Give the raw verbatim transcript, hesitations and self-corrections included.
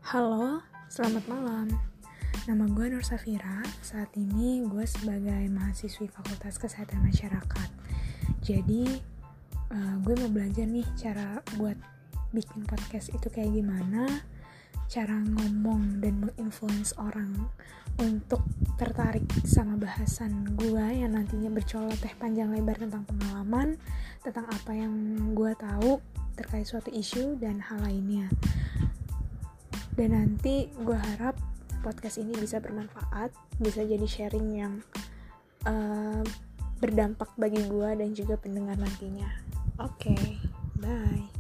Halo, selamat malam. Nama gue Nur Safira. Saat ini gue sebagai mahasiswi Fakultas Kesehatan Masyarakat. Jadi uh, gue mau belajar nih cara buat bikin podcast itu kayak gimana, cara ngomong dan menginfluence orang untuk tertarik sama bahasan gue yang nantinya bercoloteh panjang lebar tentang pengalaman, tentang apa yang gue tahu terkait suatu isu dan hal lainnya. Dan nanti gue harap podcast ini bisa bermanfaat, bisa jadi sharing yang uh, berdampak bagi gue dan juga pendengar nantinya. Oke, okay, bye.